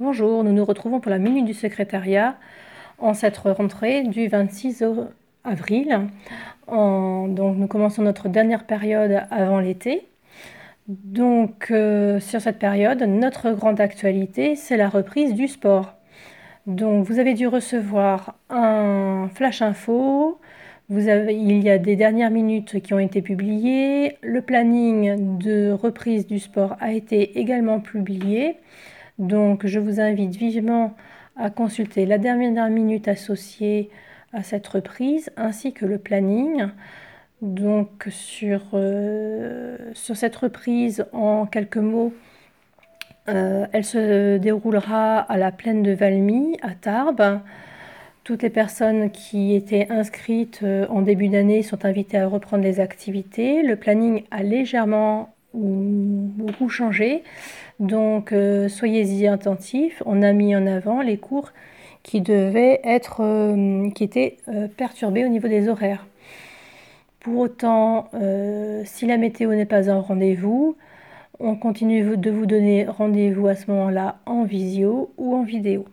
Bonjour, nous nous retrouvons pour la minute du secrétariat en cette rentrée du 26 avril. Donc nous commençons notre dernière période avant l'été. Donc sur cette période, notre grande actualité, c'est la reprise du sport. Donc vous avez dû recevoir un flash info. Il y a des dernières minutes qui ont été publiées. Le planning de reprise du sport a été également publié. Donc je vous invite vivement à consulter la dernière minute associée à cette reprise ainsi que le planning. Donc sur cette reprise, en quelques mots, elle se déroulera à la plaine de Valmy, à Tarbes. Toutes les personnes qui étaient inscrites en début d'année sont invitées à reprendre les activités. Le planning a légèrement ou beaucoup changé, donc soyez-y attentifs. On a mis en avant les cours qui étaient perturbés au niveau des horaires. Pour autant, si la météo n'est pas un rendez-vous, on continue de vous donner rendez-vous à ce moment-là en visio ou en vidéo.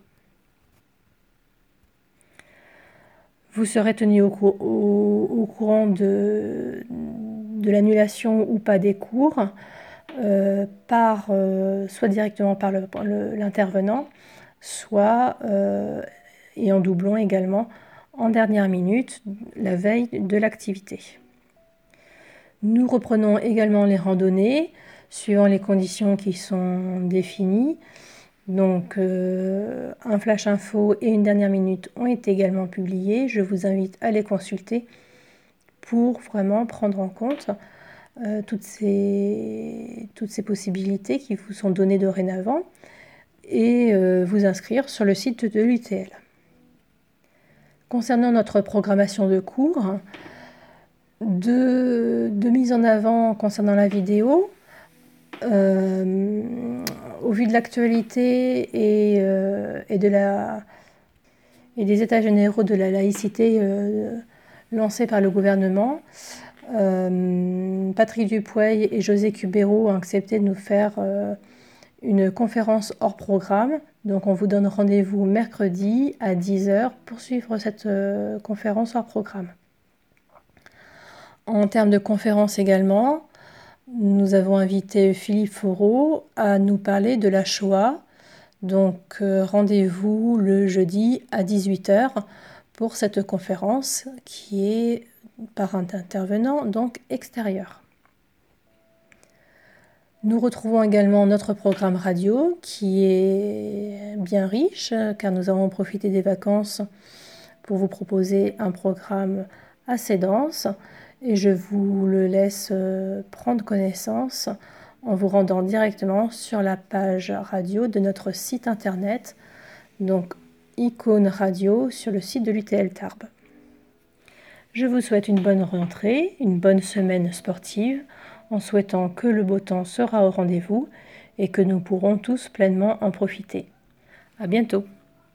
Vous serez tenu au courant de l'annulation ou pas des cours, soit directement par l'intervenant, soit et en doublon également en dernière minute, la veille de l'activité. Nous reprenons également les randonnées suivant les conditions qui sont définies. Donc un flash info et une dernière minute ont été également publiés. Je vous invite à les consulter pour vraiment prendre en compte toutes ces possibilités qui vous sont données dorénavant et vous inscrire sur le site de l'UTL. Concernant notre programmation de cours, de mise en avant concernant la vidéo, au vu de l'actualité et des états généraux de la laïcité lancés par le gouvernement, Patrick Dupuy et José Cubero ont accepté de nous faire une conférence hors programme. Donc on vous donne rendez-vous mercredi à 10h pour suivre cette conférence hors programme. En termes de conférence également, nous avons invité Philippe Foreau à nous parler de la Shoah. Donc rendez-vous le jeudi à 18h pour cette conférence qui est par un intervenant donc extérieur. Nous retrouvons également notre programme radio qui est bien riche car nous avons profité des vacances pour vous proposer un programme assez dense et je vous le laisse prendre connaissance en vous rendant directement sur la page radio de notre site internet, donc icône radio sur le site de l'UTL Tarbes. Je vous souhaite une bonne rentrée, une bonne semaine sportive, en souhaitant que le beau temps sera au rendez-vous et que nous pourrons tous pleinement en profiter. À bientôt.